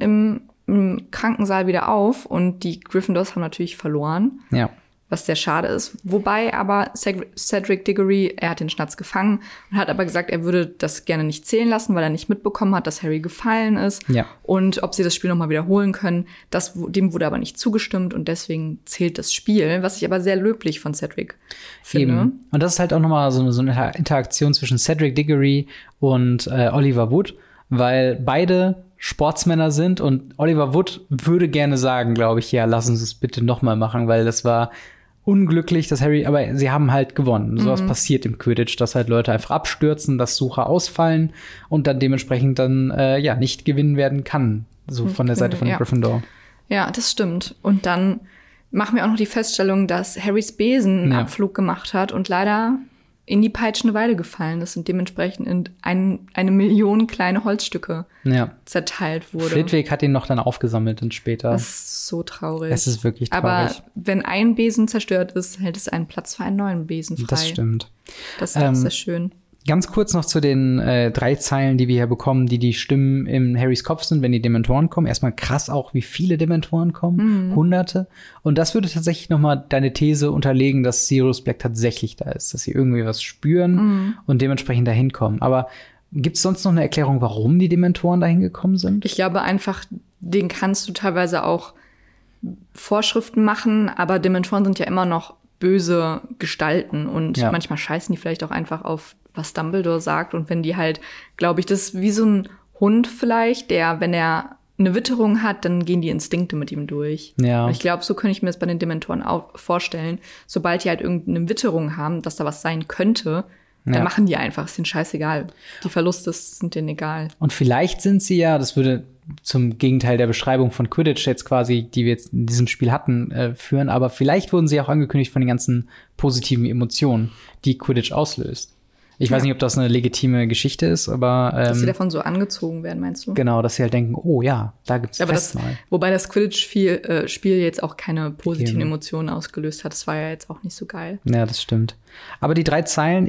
S1: im Krankensaal wieder auf und die Gryffindors haben natürlich verloren. Ja. Was sehr schade ist. Wobei aber Cedric Diggory, er hat den Schnatz gefangen und hat aber gesagt, er würde das gerne nicht zählen lassen, weil er nicht mitbekommen hat, dass Harry gefallen ist. Ja. Und ob sie das Spiel nochmal wiederholen können, dem wurde aber nicht zugestimmt und deswegen zählt das Spiel, was ich aber sehr löblich von Cedric finde.
S2: Eben. Und das ist halt auch nochmal so eine Interaktion zwischen Cedric Diggory und Oliver Wood, weil beide Sportsmänner sind und Oliver Wood würde gerne sagen, glaube ich, ja, lass uns es bitte nochmal machen, weil das war unglücklich, dass Harry, aber sie haben halt gewonnen. Sowas passiert im Quidditch, dass halt Leute einfach abstürzen, dass Sucher ausfallen und dann dementsprechend dann nicht gewinnen werden kann, so von der Seite von Gryffindor.
S1: Ja, das stimmt. Und dann machen wir auch noch die Feststellung, dass Harrys Besen einen Abflug gemacht hat und leider in die peitschende Weide gefallen ist und dementsprechend in eine Million kleine Holzstücke zerteilt wurde.
S2: Flitwick hat ihn noch dann aufgesammelt und später.
S1: Das ist so traurig.
S2: Es ist wirklich traurig.
S1: Aber wenn ein Besen zerstört ist, hält es einen Platz für einen neuen Besen frei.
S2: Das stimmt.
S1: Das ist sehr schön.
S2: Ganz kurz noch zu den 3 Zeilen, die wir hier bekommen, die Stimmen in Harrys Kopf sind, wenn die Dementoren kommen. Erstmal krass auch, wie viele Dementoren kommen. Hunderte. Und das würde tatsächlich noch mal deine These unterlegen, dass Sirius Black tatsächlich da ist. Dass sie irgendwie was spüren und dementsprechend dahin kommen. Aber gibt es sonst noch eine Erklärung, warum die Dementoren dahin gekommen sind?
S1: Ich glaube einfach, den kannst du teilweise auch Vorschriften machen. Aber Dementoren sind ja immer noch böse Gestalten. Und manchmal scheißen die vielleicht auch einfach auf was Dumbledore sagt. Und wenn die halt, glaube ich, das ist wie so ein Hund vielleicht, der, wenn er eine Witterung hat, dann gehen die Instinkte mit ihm durch. Ja. Und ich glaube, so könnte ich mir das bei den Dementoren auch vorstellen. Sobald die halt irgendeine Witterung haben, dass da was sein könnte, dann machen die einfach, ist denen scheißegal. Die Verluste sind denen egal.
S2: Und vielleicht sind sie das würde zum Gegenteil der Beschreibung von Quidditch jetzt quasi, die wir jetzt in diesem Spiel hatten, führen. Aber vielleicht wurden sie auch angekündigt von den ganzen positiven Emotionen, die Quidditch auslöst. Ich weiß nicht, ob das eine legitime Geschichte ist, aber
S1: dass sie davon so angezogen werden, meinst du?
S2: Genau, dass sie halt denken, oh ja, da gibt's Festmahl.
S1: Wobei das Quidditch-Spiel jetzt auch keine positiven Emotionen ausgelöst hat. Das war ja jetzt auch nicht so geil.
S2: Ja, das stimmt. Aber die 3 Zeilen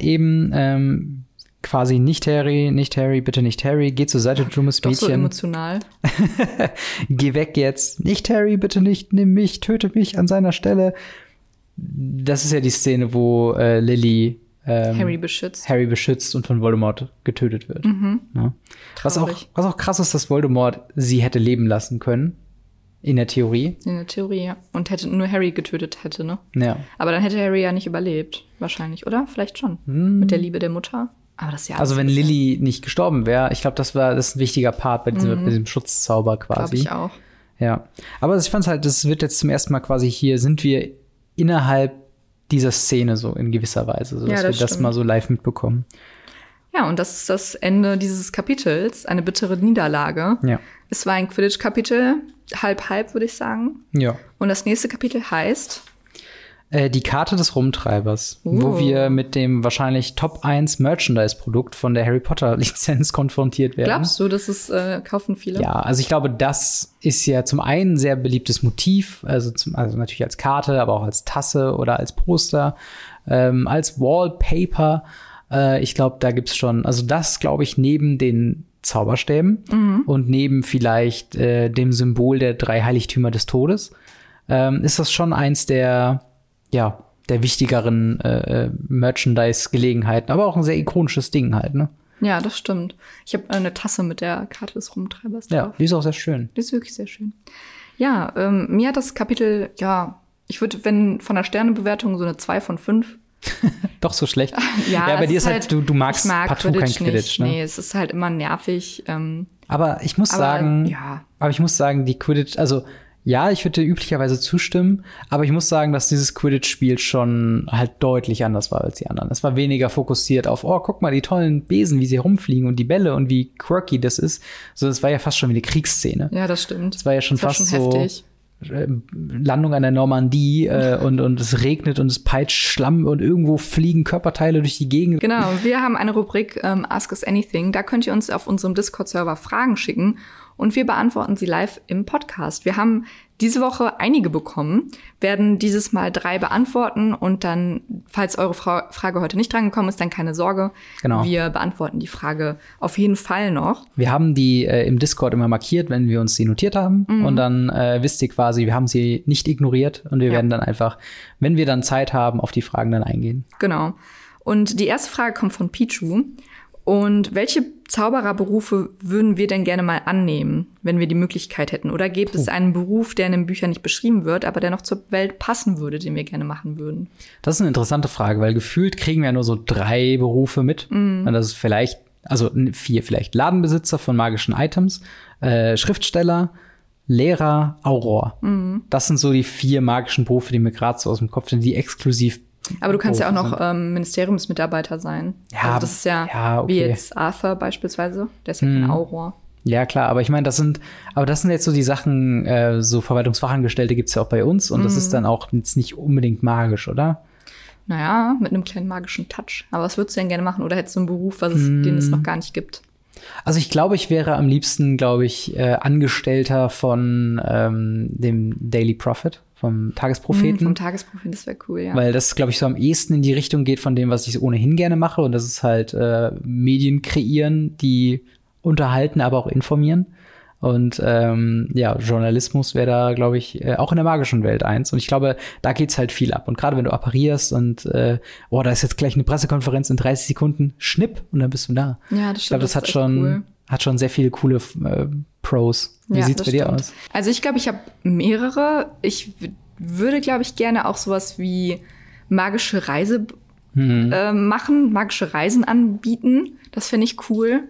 S2: eben quasi nicht Harry, bitte nicht Harry, geh zur Seite, dummes Mädchen.
S1: Doch so emotional.
S2: Geh weg jetzt. Nicht Harry, bitte nicht, nimm mich, töte mich an seiner Stelle. Das ist ja die Szene, wo Lily Harry beschützt und von Voldemort getötet wird. Ja. Was auch krass ist, dass Voldemort sie hätte leben lassen können. In der Theorie.
S1: In der Theorie, ja. Und nur Harry getötet hätte, ne? Ja. Aber dann hätte Harry ja nicht überlebt, wahrscheinlich, oder? Vielleicht schon. Mit der Liebe der Mutter. Aber das ist ja
S2: also wenn Lily nicht gestorben wäre, ich glaube, das ist ein wichtiger Part bei diesem Schutzzauber quasi.
S1: Glaube ich auch.
S2: Ja. Aber ich fand halt, das wird jetzt zum ersten Mal quasi hier, sind wir innerhalb dieser Szene so in gewisser Weise, so dass wir das mal so live mitbekommen.
S1: Ja, und das ist das Ende dieses Kapitels, eine bittere Niederlage. Ja. Es war ein Quidditch-Kapitel, halb, würde ich sagen. Ja. Und das nächste Kapitel heißt
S2: Die Karte des Rumtreibers, wo wir mit dem wahrscheinlich Top 1 Merchandise-Produkt von der Harry Potter-Lizenz konfrontiert werden.
S1: Glaubst du, das ist kaufen viele?
S2: Ja, also ich glaube, das ist ja zum einen ein sehr beliebtes Motiv, also natürlich als Karte, aber auch als Tasse oder als Poster, als Wallpaper. Ich glaube, da gibt's schon, also das glaube ich neben den Zauberstäben und neben vielleicht dem Symbol der 3 Heiligtümer des Todes ist das schon eins der wichtigeren Merchandise-Gelegenheiten, aber auch ein sehr ikonisches Ding halt, ne?
S1: Ja, das stimmt. Ich habe eine Tasse mit der Karte des Rumtreibers drauf.
S2: Ja, die ist auch sehr schön.
S1: Die ist wirklich sehr schön. Ja, mir hat das Kapitel, ich würde, wenn von der Sternebewertung so eine 2 von 5.
S2: Doch so schlecht.
S1: Ja,
S2: bei dir ist halt, du magst partout kein Quidditch, ne?
S1: Nee, es ist halt immer nervig.
S2: Aber ich muss sagen, die Quidditch, also ja, ich würde dir üblicherweise zustimmen, aber ich muss sagen, dass dieses Quidditch-Spiel schon halt deutlich anders war als die anderen. Es war weniger fokussiert auf, oh, guck mal, die tollen Besen, wie sie rumfliegen und die Bälle und wie quirky das ist. So, das war ja fast schon wie eine Kriegsszene.
S1: Ja, das stimmt.
S2: Das war ja schon
S1: das
S2: fast
S1: schon
S2: so
S1: heftig.
S2: Landung an der Normandie und es regnet und es peitscht Schlamm und irgendwo fliegen Körperteile durch die Gegend.
S1: Genau, wir haben eine Rubrik Ask Us Anything. Da könnt ihr uns auf unserem Discord-Server Fragen schicken und wir beantworten sie live im Podcast. Wir haben diese Woche einige bekommen, werden dieses Mal 3 beantworten und dann, falls eure Frage heute nicht drangekommen ist, dann keine Sorge.
S2: Genau.
S1: Wir beantworten die Frage auf jeden Fall noch.
S2: Wir haben die im Discord immer markiert, wenn wir uns die notiert haben. Und dann wisst ihr quasi, wir haben sie nicht ignoriert und wir werden dann einfach, wenn wir dann Zeit haben, auf die Fragen dann eingehen.
S1: Genau. Und die erste Frage kommt von Pichu. Und welche Zaubererberufe würden wir denn gerne mal annehmen, wenn wir die Möglichkeit hätten? Oder gibt es einen Beruf, der in den Büchern nicht beschrieben wird, aber der noch zur Welt passen würde, den wir gerne machen würden?
S2: Das ist eine interessante Frage, weil gefühlt kriegen wir ja nur so 3 Berufe mit. Und das ist vielleicht, also 4 vielleicht. Ladenbesitzer von magischen Items, Schriftsteller, Lehrer, Auror. Das sind so die 4 magischen Berufe, die mir gerade so aus dem Kopf sind, die exklusiv.
S1: Aber du kannst ja auch noch Ministeriumsmitarbeiter sein.
S2: Ja,
S1: also das ist ja
S2: okay.
S1: wie jetzt Arthur beispielsweise. Der ist ja kein Auror.
S2: Ja, klar, aber ich meine, das sind jetzt so die Sachen, so Verwaltungsfachangestellte gibt's ja auch bei uns und das ist dann auch jetzt nicht unbedingt magisch, oder?
S1: Naja, mit einem kleinen magischen Touch. Aber was würdest du denn gerne machen? Oder hättest du einen Beruf, den es noch gar nicht gibt?
S2: Also ich glaube, ich wäre am liebsten, Angestellter von dem Daily Prophet, vom Tagespropheten.
S1: Vom Tagespropheten, das wäre cool, ja.
S2: Weil das, glaube ich, so am ehesten in die Richtung geht von dem, was ich ohnehin gerne mache. Und das ist halt Medien kreieren, die unterhalten, aber auch informieren. Und Journalismus wäre da, glaube ich, auch in der magischen Welt eins. Und ich glaube, da geht's halt viel ab. Und gerade wenn du apparierst und da ist jetzt gleich eine Pressekonferenz in 30 Sekunden, schnipp, und dann bist du da.
S1: Ja, das stimmt.
S2: Ich glaube, hat schon sehr viele coole Pros. Wie sieht's bei dir aus?
S1: Also ich glaube, ich habe mehrere. Ich würde, glaube ich, gerne auch sowas wie magische Reise machen, magische Reisen anbieten. Das finde ich cool.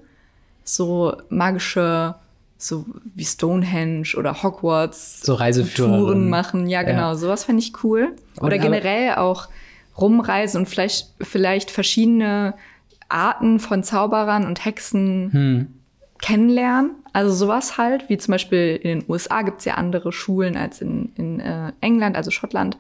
S1: So magische, so wie Stonehenge oder Hogwarts.
S2: So Reiseführer.
S1: Touren machen. Ja, genau. Sowas fände ich cool. Oder generell auch rumreisen und vielleicht verschiedene Arten von Zauberern und Hexen kennenlernen. Also sowas halt, wie zum Beispiel in den USA gibt's ja andere Schulen als in England, also Schottland.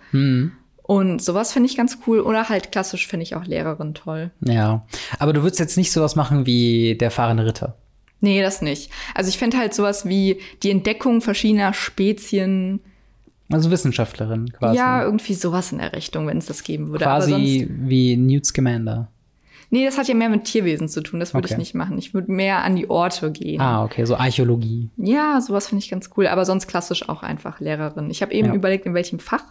S1: Und sowas finde ich ganz cool. Oder halt klassisch finde ich auch Lehrerin toll.
S2: Ja, aber du würdest jetzt nicht sowas machen wie der fahrende Ritter.
S1: Nee, das nicht. Also ich fände halt sowas wie die Entdeckung verschiedener Spezien.
S2: Also Wissenschaftlerin quasi.
S1: Ja, irgendwie sowas in der Richtung, wenn es das geben würde.
S2: Quasi
S1: aber sonst,
S2: wie Newt Scamander.
S1: Nee, das hat ja mehr mit Tierwesen zu tun. Das würde ich nicht machen. Ich würde mehr an die Orte gehen.
S2: Ah, okay, so Archäologie.
S1: Ja, sowas finde ich ganz cool. Aber sonst klassisch auch einfach Lehrerin. Ich habe eben überlegt, in welchem Fach.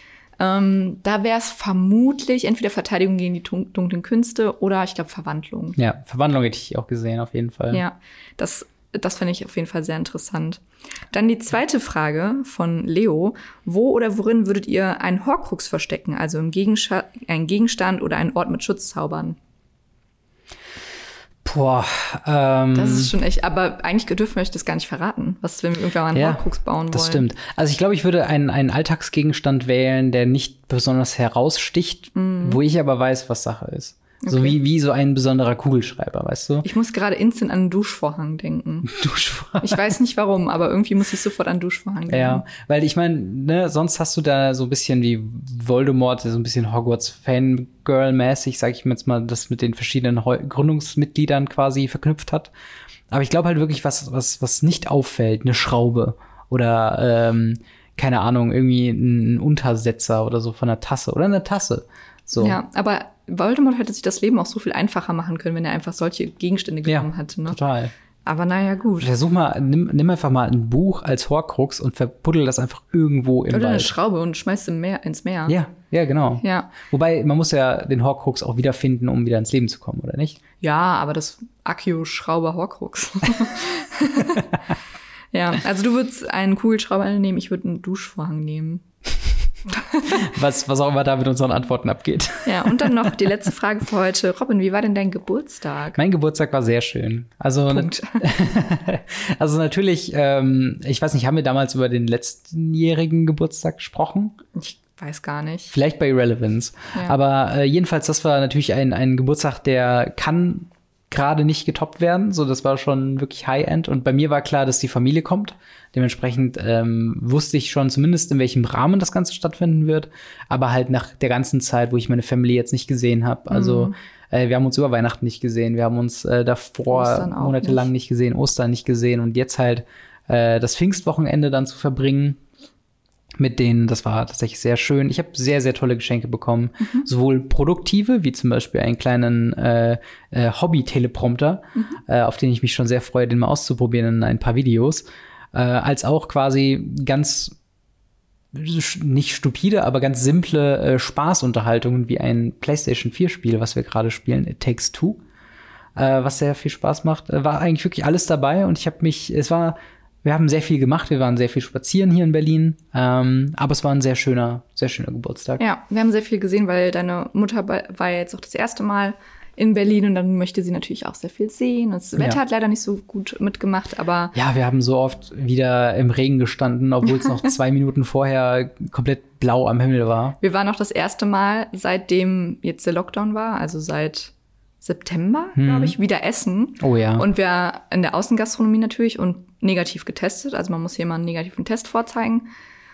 S1: Da wäre es vermutlich entweder Verteidigung gegen die dunklen Künste oder ich glaube Verwandlung.
S2: Ja, Verwandlung hätte ich auch gesehen, auf jeden Fall.
S1: Ja, das finde ich auf jeden Fall sehr interessant. Dann die zweite Frage von Leo. Wo oder worin würdet ihr einen Horcrux verstecken? Also einen Gegenstand oder einen Ort mit Schutzzaubern?
S2: Boah,
S1: das ist schon echt, aber eigentlich dürfen wir euch das gar nicht verraten, was wenn wir irgendwann einen Horcrux bauen wollen.
S2: Das stimmt. Also ich glaube, ich würde einen Alltagsgegenstand wählen, der nicht besonders heraussticht, wo ich aber weiß, was Sache ist. Okay. So wie so ein besonderer Kugelschreiber, weißt du?
S1: Ich muss gerade instant an einen Duschvorhang denken.
S2: Duschvorhang?
S1: Ich weiß nicht warum, aber irgendwie muss ich sofort an einen Duschvorhang denken.
S2: Ja, weil ich meine, ne, sonst hast du da so ein bisschen wie Voldemort, so ein bisschen Hogwarts-Fangirl-mäßig, sag ich mir jetzt mal, das mit den verschiedenen Gründungsmitgliedern quasi verknüpft hat. Aber ich glaube halt wirklich, was nicht auffällt, eine Schraube oder, keine Ahnung, irgendwie ein Untersetzer oder so von einer Tasse oder eine Tasse. So.
S1: Ja, aber Voldemort hätte sich das Leben auch so viel einfacher machen können, wenn er einfach solche Gegenstände genommen hätte. Ne?
S2: Total.
S1: Aber naja, gut.
S2: Versuch mal, nimm einfach mal ein Buch als Horcrux und verbuddel das einfach irgendwo im Wald.
S1: Oder eine Schraube und schmeißt ins Meer.
S2: Ja, genau.
S1: Ja.
S2: Wobei, man muss ja den Horcrux auch wiederfinden, um wieder ins Leben zu kommen, oder nicht?
S1: Ja, aber das Accio-Schrauber Horcrux. Ja, also du würdest einen Kugelschrauber nehmen, ich würde einen Duschvorhang nehmen.
S2: Was auch immer da mit unseren Antworten abgeht.
S1: Ja, und dann noch die letzte Frage für heute. Robin, wie war denn dein Geburtstag?
S2: Mein Geburtstag war sehr schön. Also natürlich, ich weiß nicht, haben wir damals über den letztenjährigen Geburtstag gesprochen?
S1: Ich weiß gar nicht.
S2: Vielleicht bei Irrelevance. Ja. Aber jedenfalls, das war natürlich ein Geburtstag, der kann gerade nicht getoppt werden. So, das war schon wirklich High-End. Und bei mir war klar, dass die Familie kommt. Dementsprechend wusste ich schon zumindest, in welchem Rahmen das Ganze stattfinden wird. Aber halt nach der ganzen Zeit, wo ich meine Family jetzt nicht gesehen habe. Also wir haben uns über Weihnachten nicht gesehen. Wir haben uns davor monatelang nicht gesehen, Ostern nicht gesehen. Und jetzt halt das Pfingstwochenende dann zu verbringen mit denen, das war tatsächlich sehr schön. Ich habe sehr, sehr tolle Geschenke bekommen. Sowohl produktive, wie zum Beispiel einen kleinen Hobby-Teleprompter, auf den ich mich schon sehr freue, den mal auszuprobieren in ein paar Videos, als auch quasi ganz nicht stupide, aber ganz simple Spaßunterhaltungen wie ein PlayStation 4-Spiel, was wir gerade spielen, It Takes Two, was sehr viel Spaß macht. War eigentlich wirklich alles dabei und wir haben sehr viel gemacht, wir waren sehr viel spazieren hier in Berlin, aber es war ein sehr schöner Geburtstag.
S1: Ja, wir haben sehr viel gesehen, weil deine Mutter war ja jetzt auch das erste Mal in Berlin und dann möchte sie natürlich auch sehr viel sehen. Das Wetter hat leider nicht so gut mitgemacht, aber
S2: ja, wir haben so oft wieder im Regen gestanden, obwohl es noch 2 Minuten vorher komplett blau am Himmel war.
S1: Wir waren auch das erste Mal, seitdem jetzt der Lockdown war, also seit September, glaube ich, wieder essen.
S2: Oh ja.
S1: Und wir in der Außengastronomie natürlich und negativ getestet. Also man muss hier mal einen negativen Test vorzeigen.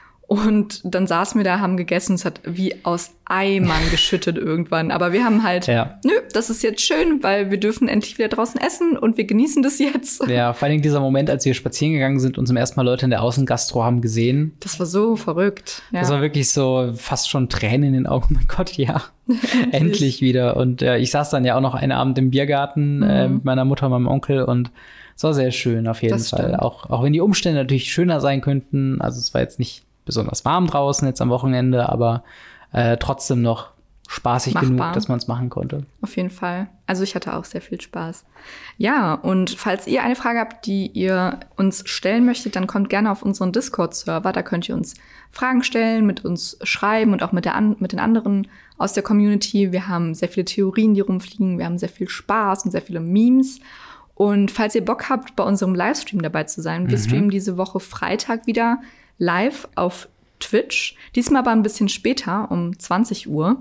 S1: Und dann saßen wir da, haben gegessen. Es hat wie aus Eimern geschüttet irgendwann. Aber wir haben halt, das ist jetzt schön, weil wir dürfen endlich wieder draußen essen und wir genießen das jetzt.
S2: Ja, vor allem dieser Moment, als wir spazieren gegangen sind und zum ersten Mal Leute in der Außengastro haben gesehen.
S1: Das war so verrückt. Ja.
S2: Das war wirklich so fast schon Tränen in den Augen. Oh mein Gott, ja. Endlich wieder. Und ich saß dann ja auch noch einen Abend im Biergarten mit meiner Mutter und meinem Onkel und es war sehr schön auf jeden Fall. Auch wenn die Umstände natürlich schöner sein könnten. Also es war jetzt nicht besonders warm draußen jetzt am Wochenende, aber trotzdem noch spaßig genug, dass man es machen konnte.
S1: Auf jeden Fall. Also ich hatte auch sehr viel Spaß. Ja, und falls ihr eine Frage habt, die ihr uns stellen möchtet, dann kommt gerne auf unseren Discord-Server. Da könnt ihr uns Fragen stellen, mit uns schreiben und auch mit den anderen aus der Community. Wir haben sehr viele Theorien, die rumfliegen. Wir haben sehr viel Spaß und sehr viele Memes. Und falls ihr Bock habt, bei unserem Livestream dabei zu sein, wir streamen diese Woche Freitag wieder live auf Twitch. Diesmal aber ein bisschen später, um 20 Uhr.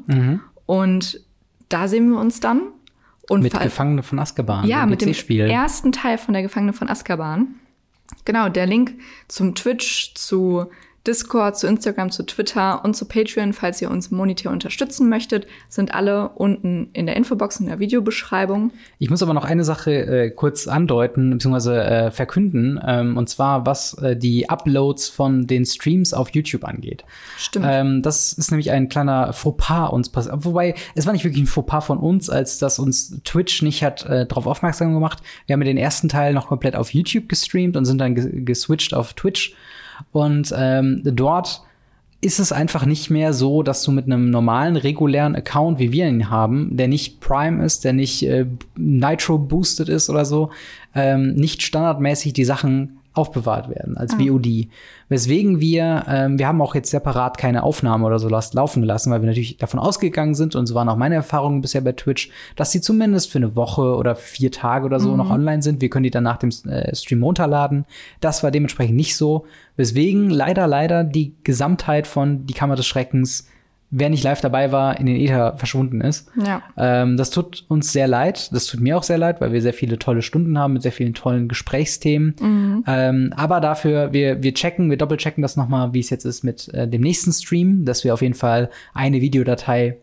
S1: Und da sehen wir uns dann. Und
S2: mit Gefangene von Azkaban.
S1: Ja, mit dem ersten Teil von der Gefangene von Azkaban. Genau, der Link zum Twitch, zu Discord, zu Instagram, zu Twitter und zu Patreon, falls ihr uns monetär unterstützen möchtet, sind alle unten in der Infobox in der Videobeschreibung.
S2: Ich muss aber noch eine Sache kurz andeuten bzw. verkünden, und zwar was die Uploads von den Streams auf YouTube angeht.
S1: Stimmt.
S2: Das ist nämlich ein kleiner Fauxpas uns passiert. Wobei, es war nicht wirklich ein Fauxpas von uns, als dass uns Twitch nicht hat darauf aufmerksam gemacht. Wir haben den ersten Teil noch komplett auf YouTube gestreamt und sind dann geswitcht auf Twitch. Und dort ist es einfach nicht mehr so, dass du mit einem normalen, regulären Account, wie wir ihn haben, der nicht Prime ist, der nicht Nitro-boosted ist oder so, nicht standardmäßig die Sachen aufbewahrt werden als VOD. Weswegen wir haben auch jetzt separat keine Aufnahme oder so laufen gelassen, weil wir natürlich davon ausgegangen sind, und so waren auch meine Erfahrungen bisher bei Twitch, dass sie zumindest für eine Woche oder 4 Tage oder so noch online sind. Wir können die dann nach dem Stream runterladen. Das war dementsprechend nicht so. Weswegen leider die Gesamtheit von Die Kammer des Schreckens, wer nicht live dabei war, in den Äther verschwunden ist.
S1: Ja.
S2: Das tut uns sehr leid. Das tut mir auch sehr leid, weil wir sehr viele tolle Stunden haben mit sehr vielen tollen Gesprächsthemen. Aber dafür, wir doppelchecken das noch mal, wie es jetzt ist mit dem nächsten Stream, dass wir auf jeden Fall eine Videodatei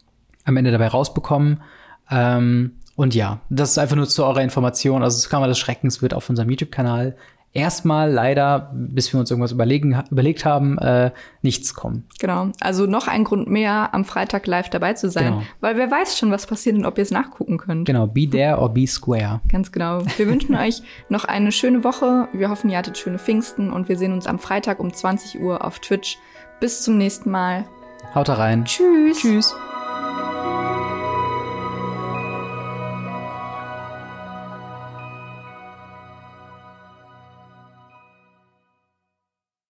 S2: am Ende dabei rausbekommen. Und ja, das ist einfach nur zu eurer Information. Also das Kammer des Schreckens wird auf unserem YouTube-Kanal erstmal leider, bis wir uns irgendwas überlegt haben, nichts kommen.
S1: Genau, also noch ein Grund mehr, am Freitag live dabei zu sein,
S2: Genau.
S1: Weil wer weiß schon, was passiert und ob ihr es nachgucken könnt.
S2: Genau, be there or be square.
S1: Ganz genau. Wir wünschen euch noch eine schöne Woche. Wir hoffen, ihr hattet schöne Pfingsten und wir sehen uns am Freitag um 20 Uhr auf Twitch. Bis zum nächsten Mal.
S2: Haut rein.
S1: Tschüss.
S2: Tschüss.